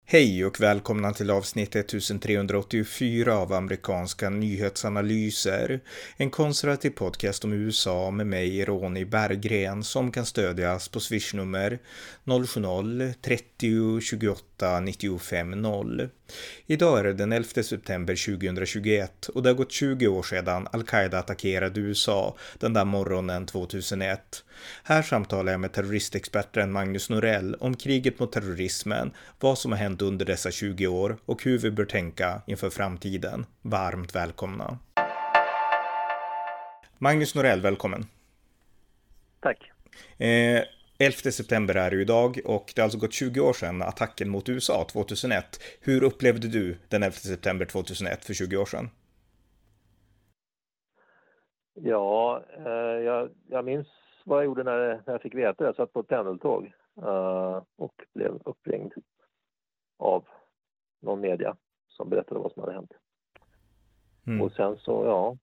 Hej och välkomna till avsnitt 1384 av amerikanska nyhetsanalyser. En konservativ podcast om USA med mig, Ronny Berggren, som kan stödjas på swishnummer 070-30 28 95 0. Idag är det den 11 september 2021 och det har gått 20 år sedan Al-Qaida attackerade USA den där morgonen 2001. Här samtalar jag med terroristexperten Magnus Norell om kriget mot terrorismen, vad som har hänt under dessa 20 år och hur vi bör tänka inför framtiden. Varmt välkomna. Magnus Norell, välkommen. Tack. 11 september är det idag och det har alltså gått 20 år sedan attacken mot USA 2001. Hur upplevde du den 11 september 2001 för 20 år sedan? Ja, jag minns vad jag gjorde när jag fick veta det. Jag satt på ett pendeltåg och blev uppringd av någon media som berättade vad som hade hänt. Och sen så,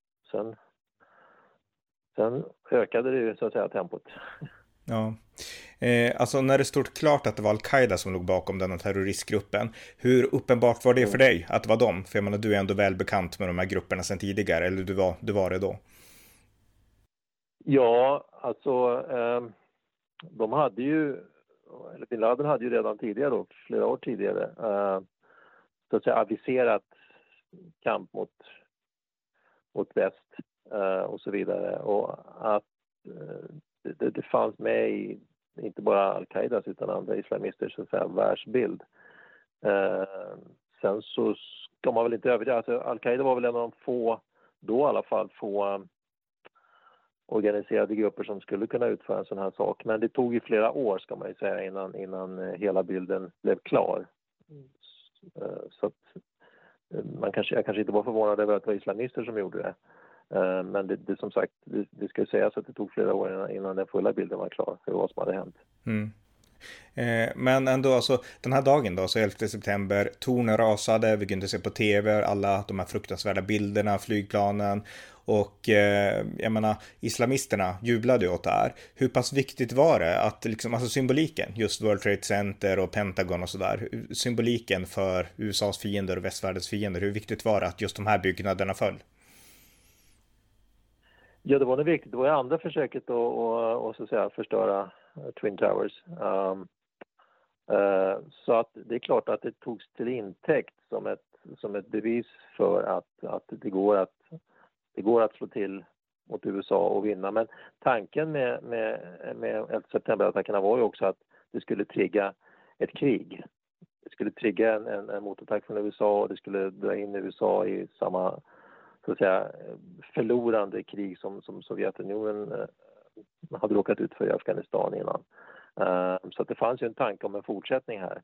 sen ökade det ju så att säga tempot. Ja, alltså när det stod klart att det var Al-Qaida som låg bakom den här terroristgruppen, hur uppenbart var det för dig att det var dem? För jag menar, du är ändå väl bekant med de här grupperna sedan tidigare, eller du var det då? Ja, alltså de hade ju, eller Bin Laden hade ju redan tidigare då, flera år tidigare, så att säga aviserat kamp mot väst och så vidare. Och att det fanns med i inte bara Al-Qaidas utan andra islamisters så att säga världsbild. Sen så ska man väl inte överdriva, alltså Al-Qaida var väl en av de få, då i alla fall, få organiserade grupper som skulle kunna utföra en sån här sak. Men det tog ju flera år, ska man ju säga, innan hela bilden blev klar. Så att jag kanske inte var förvånad över att det var islamister som gjorde det. Men det som sagt, det ska ju sägas att det tog flera år innan den fulla bilden var klar för vad som hade hänt. Men ändå, alltså, den här dagen då, så 11 september, tornen rasade, vi kunde se på tv alla de här fruktansvärda bilderna, flygplanen, och jag menar, islamisterna jublade åt det här. Hur pass viktigt var det att liksom, alltså symboliken, just World Trade Center och Pentagon och sådär, symboliken för USAs fiender och västvärldens fiender, hur viktigt var det att just de här byggnaderna föll? Ja, det var nog viktigt. Det var ju andra försöket att så att säga förstöra Twin Towers. Så att det är klart att det togs till intäkt som ett bevis för att det går att slå till mot USA och vinna. Men tanken med 11 september-attackerna var ju också att det skulle trigga ett krig. Det skulle trigga en motattack från USA och det skulle dra in USA i samma, så att säga, förlorande krig som Sovjetunionen hade råkat ut för i Afghanistan innan. Så att det fanns ju en tanke om en fortsättning här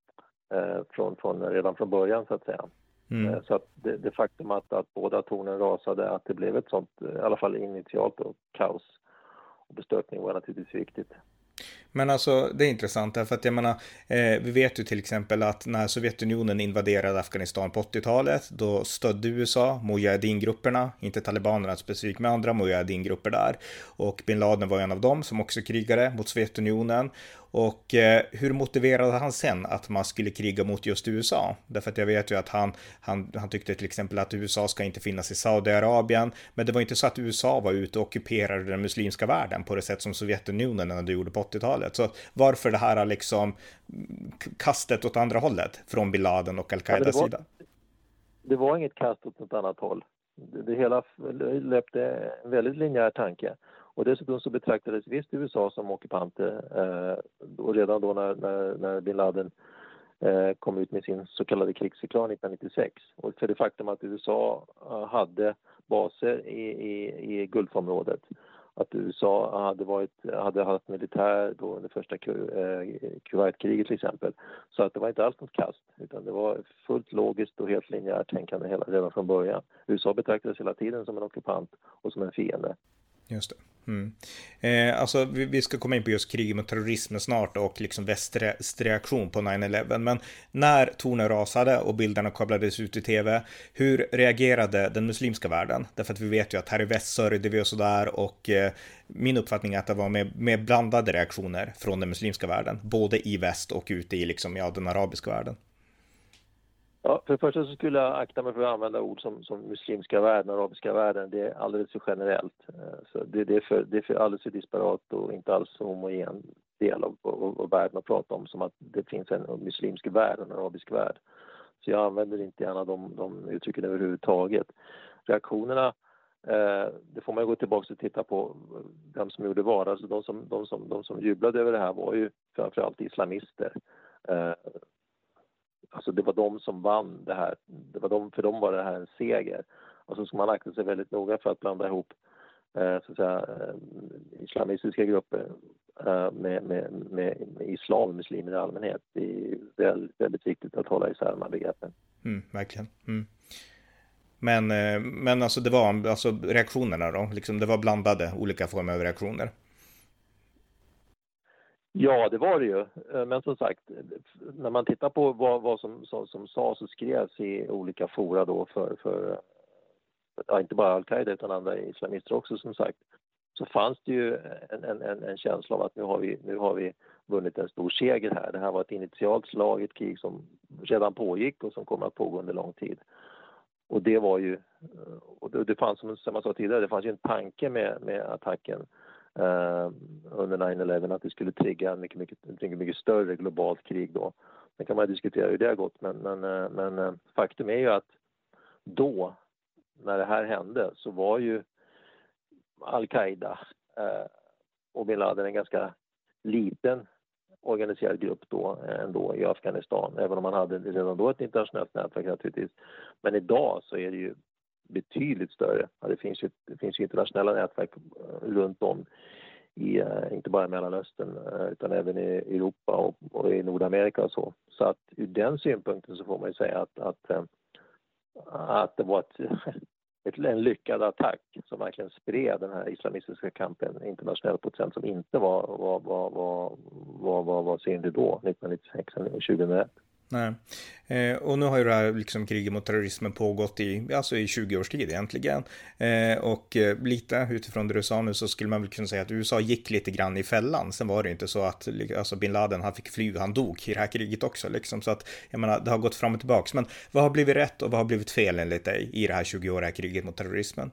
redan från början, så att säga. Så att det faktum att båda tornen rasade, att det blev ett sånt, i alla fall initialt, och kaos och bestörtning var naturligtvis viktigt. Men alltså, det är intressant därför att jag menar, vi vet ju till exempel att när Sovjetunionen invaderade Afghanistan på 80-talet, då stödde USA Mujahedin-grupperna, inte talibanerna specifikt, med andra Mujahedin-grupper där. Och Bin Laden var en av dem som också krigade mot Sovjetunionen. Och hur motiverade han sen att man skulle kriga mot just USA? Därför att jag vet ju att han tyckte till exempel att USA ska inte finnas i Saudiarabien. Men det var inte så att USA var ute och ockuperade den muslimska världen på det sätt som Sovjetunionen gjorde på 80-talet. Så varför det här liksom kastet åt andra hållet från Bin Laden och Al-Qaidas sida? Det var inget kast åt något annat håll. Det hela löpte en väldigt linjär tanke. Och dessutom så betraktades visst USA som ockupanter och redan då när Bin Laden kom ut med sin så kallade krigsförklaring 1996. Och för det faktum att USA hade baser i Gulfområdet, att USA hade haft militär då under första Kuwaitkriget till exempel. Så att det var inte alls något kast, utan det var fullt logiskt och helt linjärt tänkande redan från början. USA betraktades hela tiden som en ockupant och som en fiende. Just det. Alltså vi ska komma in på just krig mot terrorismen snart och liksom västs reaktion på 9/11, men när tornen rasade och bilderna kablades ut i tv, hur reagerade den muslimska världen? Därför att vi vet ju att här i väst sörjde vi och sådär, och min uppfattning är att det var med blandade reaktioner från den muslimska världen, både i väst och ute i liksom, den arabiska världen. Ja, för det första så skulle jag akta mig för att använda ord som muslimska världen, arabiska världen. Det är alldeles för generellt. Så det är för alldeles för disparat och inte alls så homogen del av världen att prata om, som att det finns en muslimsk värld och en arabisk värld. Så jag använder inte gärna de uttrycken överhuvudtaget. Reaktionerna, det får man gå tillbaka och titta på vem som gjorde vad. Alltså de som jublade över det här var ju framförallt islamister. Alltså det var de som vann det här. För dem var det här en seger. Och så ska man akta sig väldigt noga för att blanda ihop så att säga, islamistiska grupper med islam och muslimer i allmänhet. Det är väldigt, väldigt viktigt att hålla isär de här begreppen. Verkligen. Men alltså det var alltså reaktionerna då, liksom det var blandade olika former av reaktioner. Ja, det var det ju. Men som sagt, när man tittar på vad som sades och skrevs i olika fora då för inte bara Al-Qaida utan andra islamister också som sagt, så fanns det ju en känsla av att nu har vi vunnit en stor seger här. Det här var ett initialt slag, ett krig som redan pågick och som kommer att pågå under lång tid. Och det var ju, och det fanns som jag sa tidigare, det fanns ju en tanke med attacken under 9/11 att det skulle trigga mycket större globalt krig då. Sen kan man diskutera hur det har gått, men faktum är ju att då, när det här hände, så var ju Al-Qaida och Bin Laden en ganska liten organiserad grupp då ändå i Afghanistan, även om man hade redan då ett internationellt nätverk naturligtvis. Men idag så är det ju betydligt större. Ja, det finns ju internationella nätverk runt om i inte bara i Mellanöstern utan även i Europa och i Nordamerika och så. Så att ur den synpunkten så får man ju säga att det var en lyckad attack som verkligen spred den här islamistiska kampen internationellt på ett sätt som inte var synligt då, 1996 och 2001. Nej. Och nu har ju det här liksom kriget mot terrorismen pågått i 20 års tid egentligen. Och lite utifrån det du sa nu så skulle man väl kunna säga att USA gick lite grann i fällan. Sen var det inte så att alltså Bin Laden, han fick fly, han dog i det här kriget också liksom. Så att jag menar, det har gått fram och tillbaks. Men vad har blivit rätt och vad har blivit fel enligt dig i det här 20-åriga kriget mot terrorismen?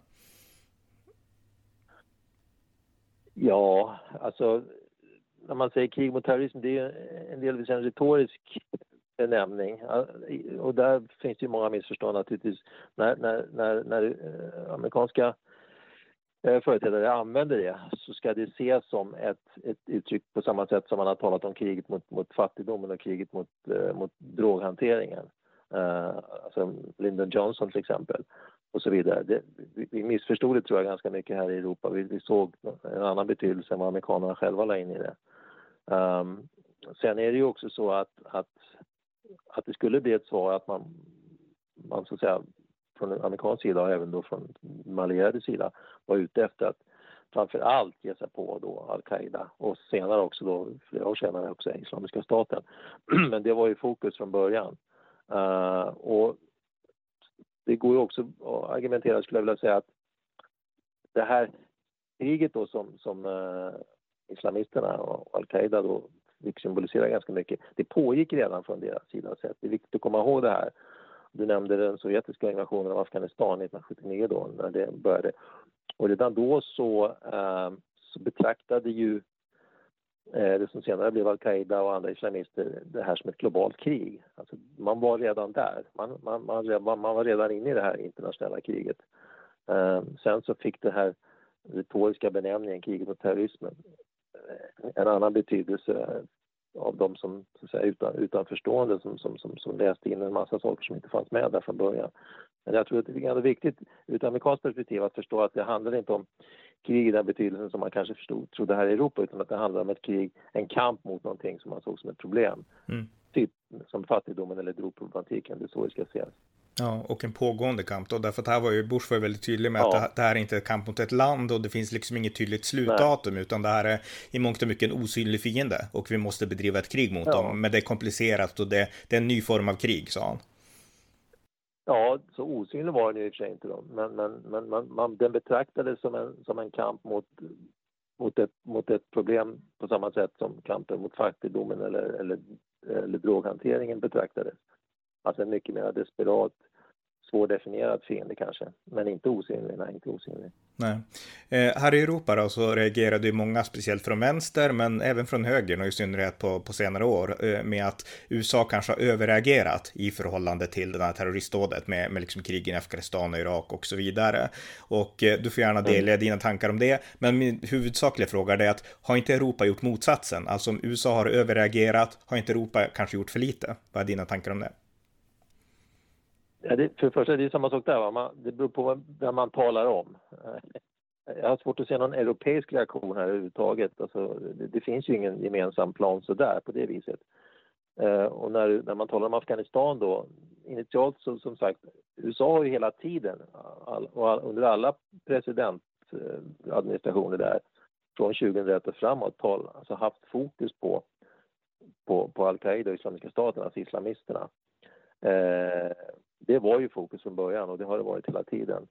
Ja, alltså när man säger krig mot terrorism, det är en delvis en retorisk benämning. Och där finns det ju många missförstånd naturligtvis. När amerikanska företrädare använder det så ska det ses som ett uttryck på samma sätt som man har talat om kriget mot fattigdomen och kriget mot droghanteringen. Alltså Lyndon Johnson till exempel och så vidare. Vi missförstod det tror jag ganska mycket här i Europa. Vi såg en annan betydelse än vad amerikanerna själva la in i det. Sen är det ju också så att det skulle bli ett svar att man så att säga från den amerikanska sida och även då från den allierade sida var ute efter att framför allt ge sig på då Al-Qaida och senare också då, flera år senare också Islamiska staten. Men det var ju fokus från början. Och det går ju också att argumentera, skulle jag vilja säga, att det här kriget då som islamisterna och Al-Qaida då fick symbolisera ganska mycket. Det pågick redan från deras sida sett. Det är viktigt att komma ihåg det här. Du nämnde den sovjetiska invasionen av Afghanistan 1979 då, när det började. Och redan då så betraktade ju det som senare blev Al-Qaida och andra islamister det här som ett globalt krig. Alltså, man var redan där. Man var redan inne i det här internationella kriget. Sen så fick det här retoriska benämningen kriget mot terrorismen en annan betydelse av de som så att säga, utanförstående som läste in en massa saker som inte fanns med där från början. Men jag tror att det är viktigt ur ett amerikanskt perspektiv att förstå att det handlar inte om krig i den betydelsen som man kanske trodde här i Europa, utan att det handlar om ett krig, en kamp mot någonting som man såg som ett problem. Typ som fattigdomen eller drogproblematiken, det är så det ska ses. Ja, och en pågående kamp då, därför att här var ju Bush var väldigt tydlig med att det här är inte ett kamp mot ett land och det finns liksom inget tydligt slutdatum. Nej. Utan det här är i mångt och mycket en osynlig fiende och vi måste bedriva ett krig mot dem, men det är komplicerat och det är en ny form av krig, sa han. Ja, så osynlig var den ju i och för sig inte då, men den betraktades som en kamp mot ett problem på samma sätt som kampen mot fattigdomen eller droghanteringen betraktades. Alltså en mycket mer desperat, svårdefinierad fiende kanske. Men inte osynlig, nej, inte osynlig. Nej. Här i Europa då så reagerade ju många, speciellt från vänster, men även från högern och i synnerhet på senare år, med att USA kanske har överreagerat i förhållande till det här terroristdådet med liksom krigen i Afghanistan och Irak och så vidare. Och du får gärna dela dina tankar om det, men min huvudsakliga fråga är att har inte Europa gjort motsatsen? Alltså om USA har överreagerat, har inte Europa kanske gjort för lite? Vad är dina tankar om det? Ja, för det första är det samma sak där. Det beror på vad man talar om. Jag har svårt att se någon europeisk reaktion här överhuvudtaget. Alltså, det finns ju ingen gemensam plan så där på det viset. Och när man talar om Afghanistan då, initialt så som sagt, USA har ju hela tiden under alla presidentadministrationer där från 2001 och framåt alltså haft fokus på Al-Qaida och Islamiska staten, alltså islamisterna. Det var ju fokus från början och det har det varit hela tiden.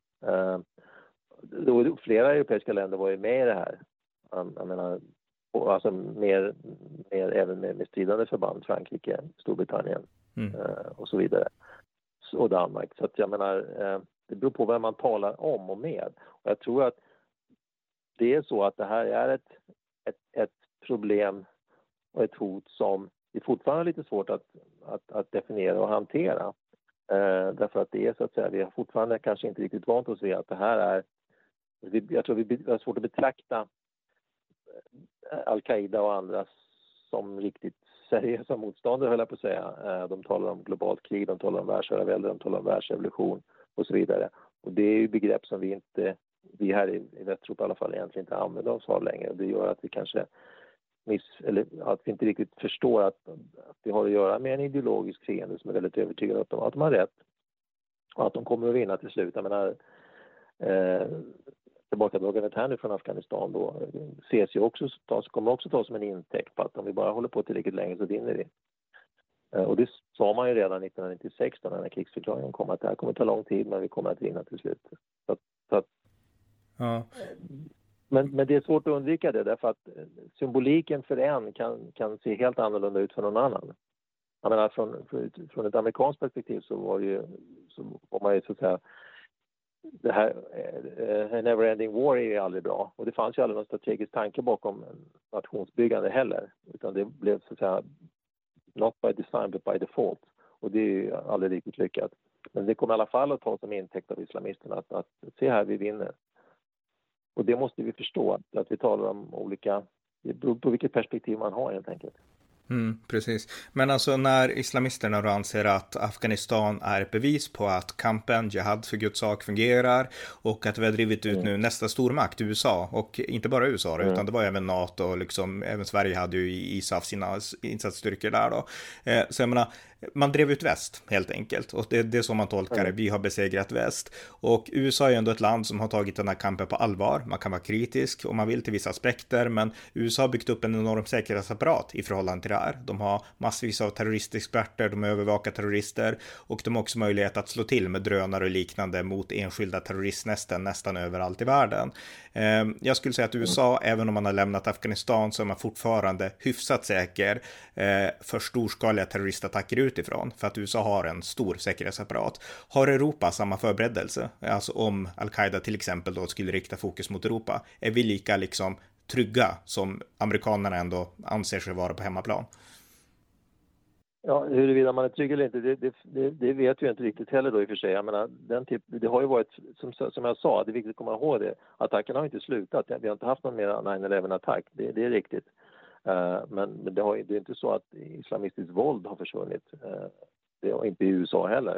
Flera europeiska länder var ju med i det här. Jag menar, alltså mer även med stridande förband, Frankrike, Storbritannien och så vidare. Och Danmark. Så att jag menar, det beror på vad man talar om och med. Och jag tror att det är så att det här är ett problem och ett hot som är fortfarande lite svårt att definiera och hantera. Därför att det är så att säga, vi har fortfarande kanske inte riktigt vant oss vid att det här är, jag tror vi har svårt att betrakta Al-Qaida och andra som riktigt seriösa motståndare, höll jag på att säga. De talar om globalt krig, de talar om världsherravälde, de talar om världsrevolution och så vidare. Och det är ju begrepp som vi här i Västeuropa i alla fall egentligen inte använder oss av längre. Och det gör att vi kanske att vi inte riktigt förstår att vi har att göra med en ideologisk fiende som är väldigt övertygad om att de har rätt och att de kommer att vinna till slut. Jag menar, tillbakadragandet här nu från Afghanistan då ses ju också, kommer också tas som en intäkt på att om vi bara håller på tillräckligt länge så vinner vi. Och det sa man ju redan 1996 då när krigsförklaringen kom, att det här kommer ta lång tid men vi kommer att vinna till slut. Ja. Men det är svårt att undvika det därför att symboliken för en kan se helt annorlunda ut för någon annan. Jag menar från ett amerikanskt perspektiv så var man ju så att säga, det här en never-ending war är ju aldrig bra. Och det fanns ju aldrig någon strategisk tanke bakom nationsbyggande heller. Utan det blev så att säga not by design but by default. Och det är ju aldrig riktigt lyckat. Men det kommer i alla fall att ta som intäkt av islamisterna att se här, vi vinner. Och det måste vi förstå, att vi talar om olika, det beror på vilket perspektiv man har helt enkelt. Precis. Men alltså när islamisterna då anser att Afghanistan är ett bevis på att kampen, jihad för Guds sak fungerar och att vi har drivit ut nu nästa stormakt, USA, och inte bara USA utan det var även NATO och liksom, även Sverige hade ju i ISAF sina insatsstyrkor där då. Så jag menar, man drev ut väst helt enkelt och det är så man tolkar det. Vi har besegrat väst och USA är ändå ett land som har tagit den här kampen på allvar. Man kan vara kritisk om man vill till vissa aspekter, men USA har byggt upp en enorm säkerhetsapparat i förhållande till det här. De har massvis av terroristexperter, de övervakar terrorister och de har också möjlighet att slå till med drönare och liknande mot enskilda terroristnästen nästan överallt i världen. Jag skulle säga att USA, även om man har lämnat Afghanistan, så är man fortfarande hyfsat säker för storskaliga terroristattacker utifrån, för att USA har en stor säkerhetsapparat. Har Europa samma förberedelse? Alltså om Al-Qaida till exempel då skulle rikta fokus mot Europa, är vi lika liksom trygga som amerikanerna ändå anser sig vara på hemmaplan? Ja, huruvida man är trygg eller inte, det vet vi inte riktigt heller då i och för sig. Jag menar, det har ju varit, som jag sa, det är viktigt att komma ihåg det. Attacken har inte slutat. Vi har inte haft någon mer 9/11-attack. Det är riktigt. Men det är inte så att islamistiskt våld har försvunnit. Det har inte i USA heller.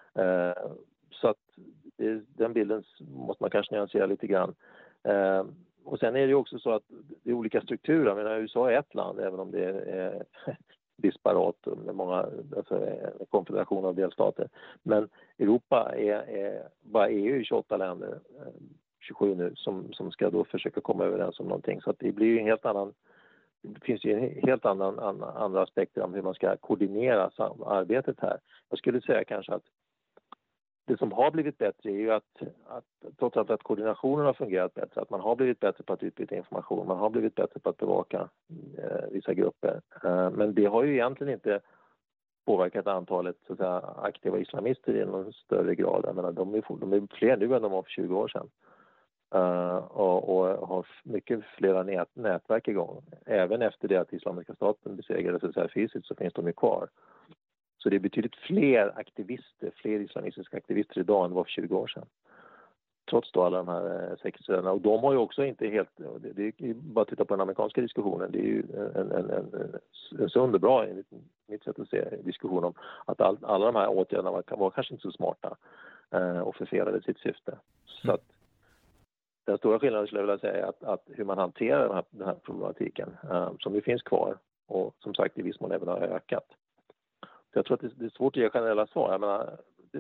Så att den bilden måste man kanske nyansera lite grann. Och sen är det ju också så att det är olika strukturer. Jag menar, USA är ett land, även om det är disparat med många, alltså en konfederation av delstater. Men Europa är bara EU i 28 länder, 27 nu, som ska då försöka komma överens om någonting. Så att det blir ju en helt annan, det finns ju en helt andra aspekter om hur man ska koordinera arbetet här. Jag skulle säga kanske att det som har blivit bättre är ju att trots allt att koordinationen har fungerat bättre, att man har blivit bättre på att utbyta information, man har blivit bättre på att bevaka vissa grupper. Men det har ju egentligen inte påverkat antalet så att säga, aktiva islamister i någon större grad. Jag menar, de är fler nu än de var för 20 år sedan. Och har mycket flera nätverk igång. Även efter det att Islamiska staten besegrades så här fysiskt så finns de ju kvar. Så det är betydligt fler islamistiska aktivister idag än det var för 20 år sedan. Trots då alla de här säkerhetsräddarna. Och de har ju också inte helt, det är ju bara att titta på den amerikanska diskussionen, det är ju en sund och bra, enligt mitt sätt att se, diskussion om att alla de här åtgärderna var kanske inte så smarta och förfelade sitt syfte. Så att den stora skillnaden skulle jag vilja säga är att hur man hanterar den här problematiken som ju finns kvar och som sagt i viss mån även har ökat. Så jag tror att det är svårt att ge generella svar. Jag menar,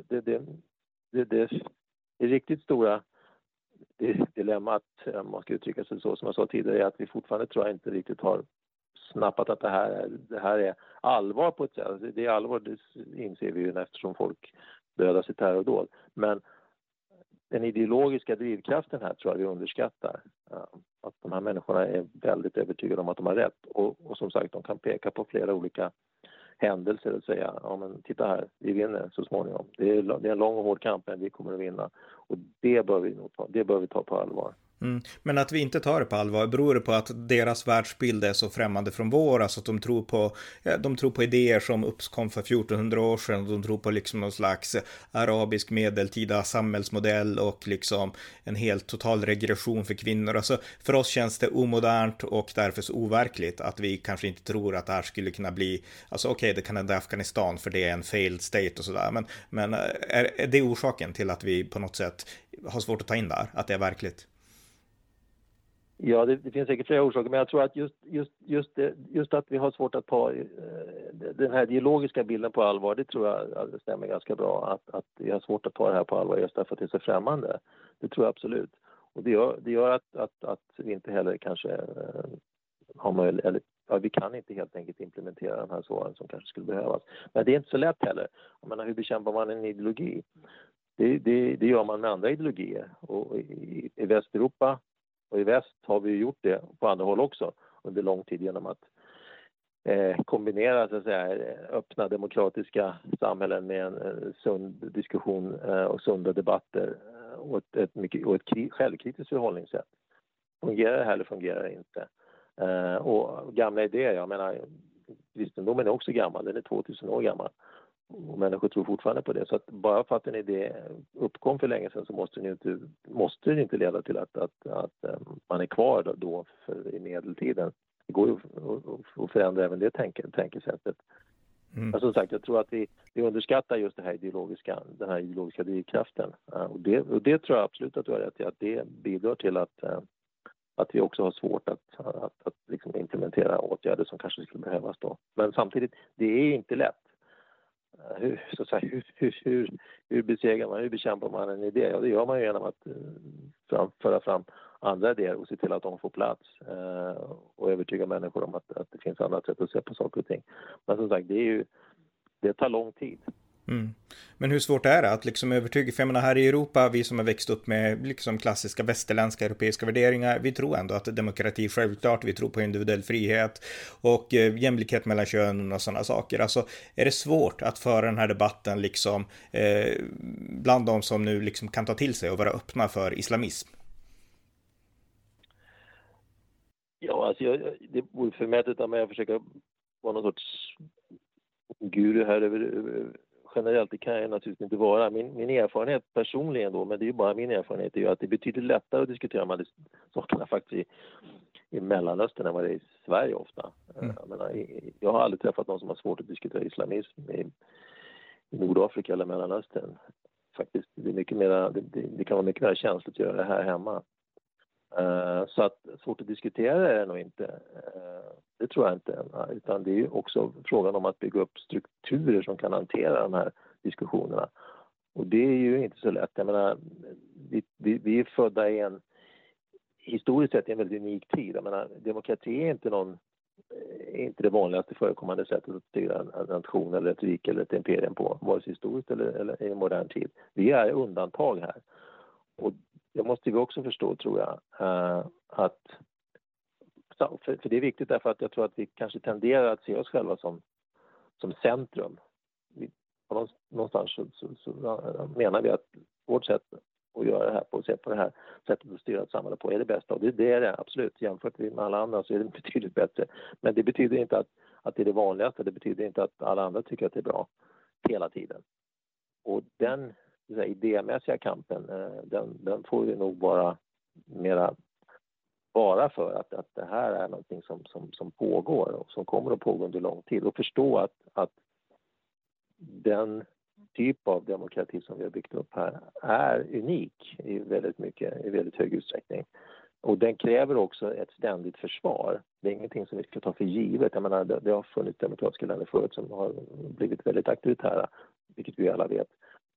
det riktigt stora dilemmat, om man ska uttrycka sig så som jag sa tidigare, är att vi fortfarande tror jag inte riktigt har snappat att det här är allvar på ett sätt. Alltså, det är allvar, det inser vi ju eftersom folk dödas i terrordåd. Men den ideologiska drivkraften här tror jag vi underskattar. Att de här människorna är väldigt övertygade om att de har rätt. Och som sagt, de kan peka på flera olika händelser och säga, ja men titta här, vi vinner så småningom. Det är en lång och hård kamp, men vi kommer att vinna. Och det bör vi ta på allvar. Men att vi inte tar det på allvar, beror det på att deras världsbild är så främmande från vår, alltså att de tror på idéer som uppkom för 1400 år sedan, de tror på liksom någon slags arabisk medeltida samhällsmodell och liksom en helt total regression för kvinnor. Alltså för oss känns det omodernt och därför så overkligt att vi kanske inte tror att det här skulle kunna bli, alltså okej, det kan hända Afghanistan för det är en failed state och sådär, men är det orsaken till att vi på något sätt har svårt att ta in där, att det är verkligt? Ja, det finns säkert flera orsaker, men jag tror att just att vi har svårt att ta den här ideologiska bilden på allvar, det tror jag det stämmer ganska bra. Att vi har svårt att ta det här på allvar just därför att det är så främmande. Det tror jag absolut. Och det gör att vi inte heller kanske har möjlighet, eller ja, vi kan inte helt enkelt implementera de här svaren som kanske skulle behövas. Men det är inte så lätt heller. Jag menar, hur bekämpar man en ideologi? Det gör man med andra ideologier. Och i Västeuropa och i väst har vi gjort det på andra håll också under lång tid genom att kombinera så att säga, öppna demokratiska samhällen med en sund diskussion och sunda debatter och ett självkritiskt förhållningssätt. Fungerar det här eller fungerar det inte? Och gamla idéer, jag menar, kristendomen är också gammal, den är 2000 år gammal. Och människor tror fortfarande på det. Så att bara för att en idé uppkom för länge sedan så måste det inte leda till att man är kvar då för i medeltiden. Det går ju att förändra även det tänkesättet. Men som sagt, jag tror att vi underskattar just den här ideologiska drivkraften. Och det tror jag absolut att du har rätt i, att det bidrar till att vi också har svårt att liksom implementera åtgärder som kanske skulle behövas då. Men samtidigt, det är inte lätt. Hur besegrar man, hur bekämpar man en idé? Ja, det gör man ju genom att föra fram andra idéer och se till att de får plats och övertyga människor om att det finns andra sätt att se på saker och ting. Men som sagt, det tar lång tid. Men hur svårt är det att liksom övertyga? För jag menar, här i Europa, vi som har växt upp med liksom klassiska västerländska europeiska värderingar, vi tror ändå att demokrati är självklart, vi tror på individuell frihet och jämlikhet mellan könen och sådana saker. Alltså, är det svårt att föra den här debatten liksom bland de som nu liksom kan ta till sig och vara öppna för islamism? Ja, alltså det vore förmätet av mig att försöka vara någon sorts guru här över generellt, det kan jag naturligtvis inte vara. Min erfarenhet personligen då, men det är ju bara min erfarenhet, är ju att det är betydligt lättare att diskutera de här sakerna faktiskt i Mellanöstern än vad det är i Sverige ofta. Jag har aldrig träffat någon som har svårt att diskutera islamism i Nordafrika eller Mellanöstern. Faktiskt, det kan vara mycket mer känsligt att göra det här hemma. Så att svårt att diskutera det är nog inte. Det tror jag inte. Utan det är ju också frågan om att bygga upp strukturer som kan hantera de här diskussionerna. Och det är ju inte så lätt. Jag menar, vi är födda i historiskt sett i en väldigt unik tid. Jag menar, demokrati är inte det vanligaste förekommande sättet att styra en nation eller ett rike eller ett imperium på, vare sig historiskt eller i modern tid. Vi är undantag här. Och det måste vi också förstå, tror jag, att för det är viktigt därför att jag tror att vi kanske tenderar att se oss själva som centrum någonstans så menar vi att vårt sätt att göra det här på det här sättet att styra ett samhälle på är det bästa. Och det är det absolut. Jämfört med alla andra så är det betydligt bättre. Men det betyder inte att det är det vanligaste. Det betyder inte att alla andra tycker att det är bra hela tiden. Och den idémässiga kampen, den får vi nog bara för att det här är någonting som pågår och som kommer att pågå under lång tid. Och förstå att den typ av demokrati som vi har byggt upp här är unik i väldigt hög utsträckning. Och den kräver också ett ständigt försvar. Det är ingenting som vi ska ta för givet. Jag menar, det har funnits demokratiska länder förut som har blivit väldigt auktoritära, vilket vi alla vet.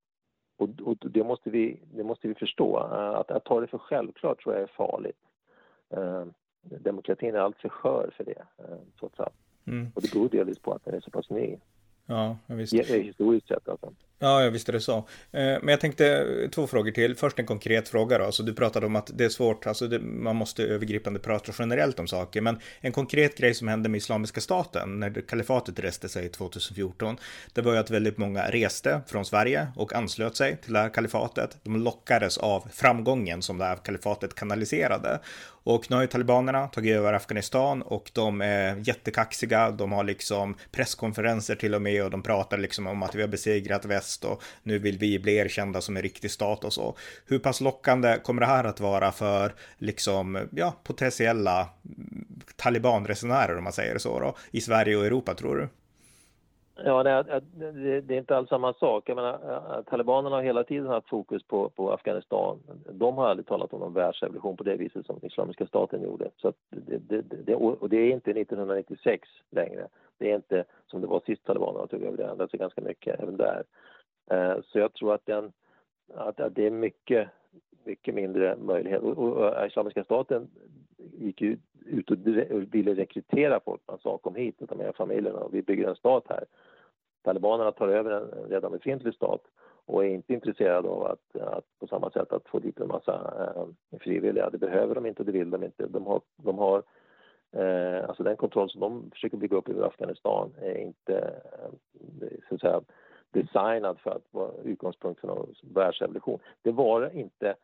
Och det måste vi förstå. Att ta det för självklart tror jag är farligt. Demokratin är allt för skör för det, trots allt. Och det beror delvis på att den är så pass ny. Ja, visst. Historiskt sett alltså. Ja, visst är det så. Men jag tänkte 2 frågor till. Först en konkret fråga då. Så du pratade om att det är svårt, alltså man måste övergripande prata generellt om saker. Men en konkret grej som hände med Islamiska staten när kalifatet reste sig 2014, det var ju att väldigt många reste från Sverige och anslöt sig till det här kalifatet. De lockades av framgången som det här kalifatet kanaliserade. Och nu har ju talibanerna tagit över Afghanistan och de är jättekaxiga. De har liksom presskonferenser till och med och de pratar liksom om att vi har besegrat väst och nu vill vi bli erkända som en riktig stat och så. Hur pass lockande kommer det här att vara för liksom, potentiella talibanresenärer om man säger så då, i Sverige och Europa, tror du? Ja, det är inte alls samma sak. Jag menar, talibanerna har hela tiden haft fokus på Afghanistan. De har aldrig talat om någon världsrevolution på det viset som Islamiska staten gjorde. Så att och det är inte 1996 längre. Det är inte som det var sist talibanerna tog över. Det ändrat sig ganska mycket även där. Så jag tror att det är mycket mindre möjlighet. Och Islamiska staten gick ju ut och ville rekrytera folk. Man sa kom hit och ta med familjerna och vi bygger en stat här. Talibanerna tar över en redan befintlig stat och är inte intresserade av att på samma sätt att få dit en massa frivilliga. Det behöver de inte och det vill de inte. De har alltså den kontroll som de försöker bygga upp över Afghanistan är inte så att säga designad för att vara utgångspunkt för någon världsrevolution. Det var inte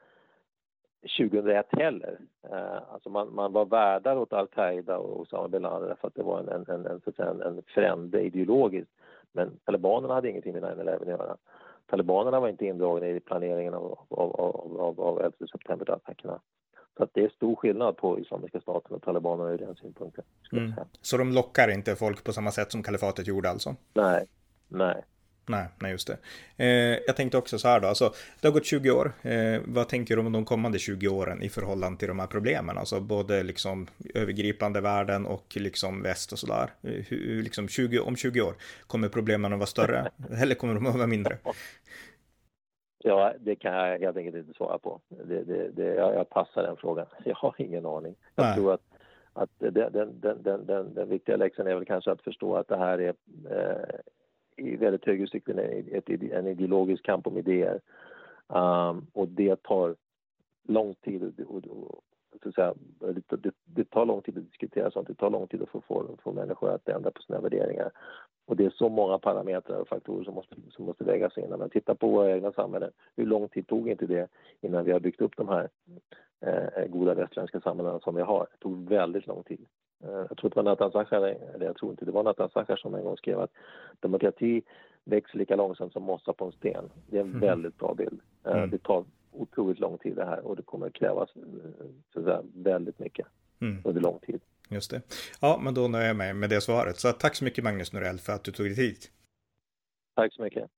2001 heller. Alltså man var värdar åt Al-Qaida och Osama bin Laden för att det var en frände ideologiskt. Men talibanerna hade ingenting med 9/11 att göra. Talibanerna var inte indragna i planeringen av 11 september-attackerna. Så att det är stor skillnad på Islamiska staten och talibanerna i den synpunkten. Så de lockar inte folk på samma sätt som kalifatet gjorde alltså? Nej, just det. Jag tänkte också så här då, alltså, det har gått 20 år. Vad tänker du om de kommande 20 åren i förhållande till de här problemen? Alltså både liksom övergripande världen och liksom väst och sådär. Liksom om 20 år, kommer problemen att vara större eller kommer de att vara mindre? Ja, det kan jag helt enkelt inte svara på. Jag passar den frågan. Jag har ingen aning. Jag tror att den viktiga läxan är väl kanske att förstå att det här är i väldigt hög utsträckning en ideologisk kamp om idéer. Och det tar lång tid så att säga, det tar lång tid att diskutera sånt. Det tar lång tid att få människor att ändra på sina värderingar. Och det är så många parametrar och faktorer som måste vägas in. När man tittar på våra egna samhällen, hur lång tid tog inte det innan vi har byggt upp de här goda västerländska samhällena som vi har? Det tog väldigt lång tid. Jag tror att det var Nathan Sachar, eller jag tror inte, det var Nathan Sachar som en gång skrev att demokrati växer lika långsamt som mossa på en sten. Det är en väldigt bra bild. Det tar otroligt lång tid det här och det kommer att krävas så att säga, väldigt mycket under lång tid. Just det. Ja, men då nöjer jag mig med det svaret. Så tack så mycket Magnus Norell för att du tog dig tid. Tack så mycket.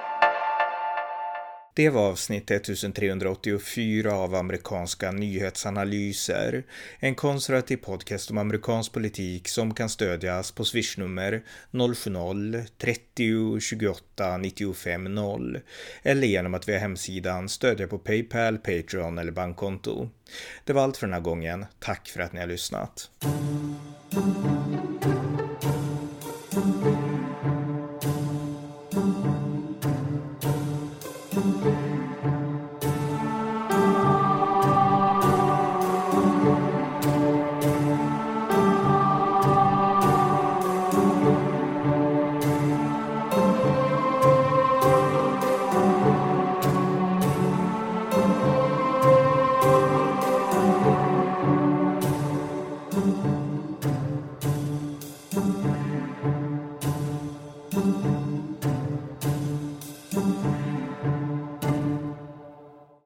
Det var avsnitt 1384 av amerikanska nyhetsanalyser. En konservativ podcast om amerikansk politik som kan stödjas på swishnummer 070-30 28 95 0 eller genom att via hemsidan stödja på PayPal, Patreon eller bankkonto. Det var allt för den här gången. Tack för att ni har lyssnat.